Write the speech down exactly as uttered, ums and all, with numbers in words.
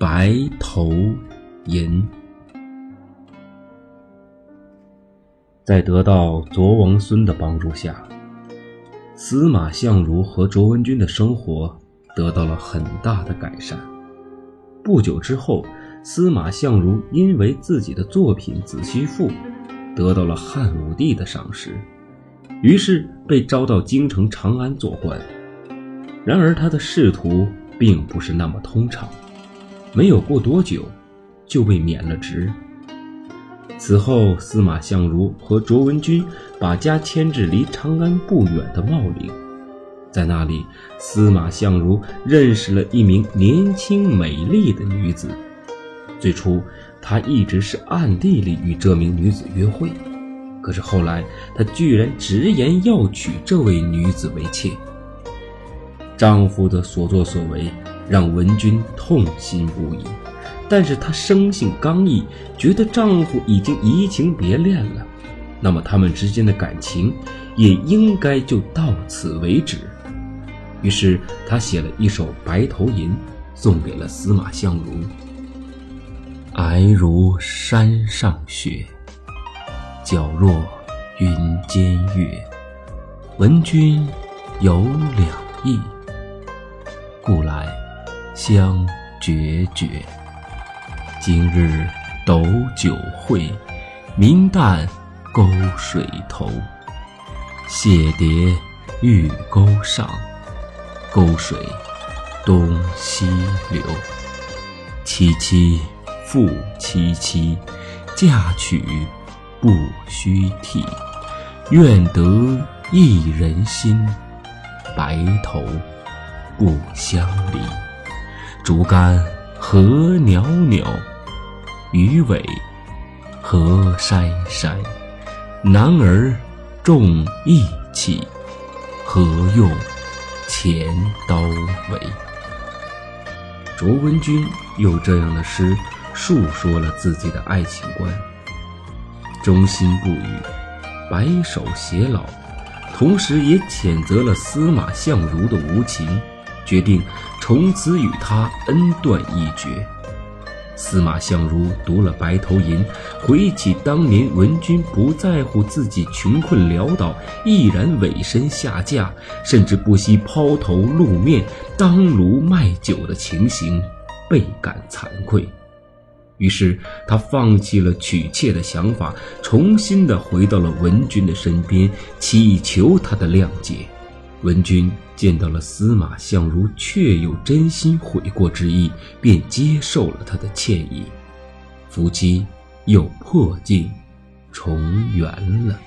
白头吟。在得到卓王孙的帮助下，司马相如和卓文君的生活得到了很大的改善。不久之后，司马相如因为自己的作品《子虚赋》得到了汉武帝的赏识，于是被招到京城长安做官。然而他的仕途并不是那么通畅，没有过多久就被免了职。此后，司马相如和卓文君把家迁至离长安不远的茂陵，在那里，司马相如认识了一名年轻美丽的女子。最初，他一直是暗地里与这名女子约会，可是后来，他居然直言要娶这位女子为妾。丈夫的所作所为让文君痛心不已，但是她生性刚毅，觉得丈夫已经移情别恋了，那么他们之间的感情也应该就到此为止。于是她写了一首《白头吟》送给了司马相如。皑如山上雪，皎若云间月，闻君有两意，故来相决绝。今日斗酒会，明旦沟水头。蟹蝶玉钩上，沟水东西流。萋萋复萋萋，嫁娶不须啼。愿得一人心，白头不相离。竹竿何袅袅，鱼尾何筛筛。男儿重义气，何用钱刀为。卓文君用这样的诗述说了自己的爱情观，忠心不渝，白首偕老，同时也谴责了司马相如的无情，决定从此与他恩断义绝。司马相如读了《白头吟》，回忆起当年文君不在乎自己穷困潦倒，毅然委身下嫁，甚至不惜抛头露面当炉卖酒的情形，倍感惭愧。于是他放弃了娶妾的想法，重新的回到了文君的身边，祈求他的谅解。文君见到了司马相如确有真心悔过之意，便接受了他的歉意，夫妻又破镜重圆了。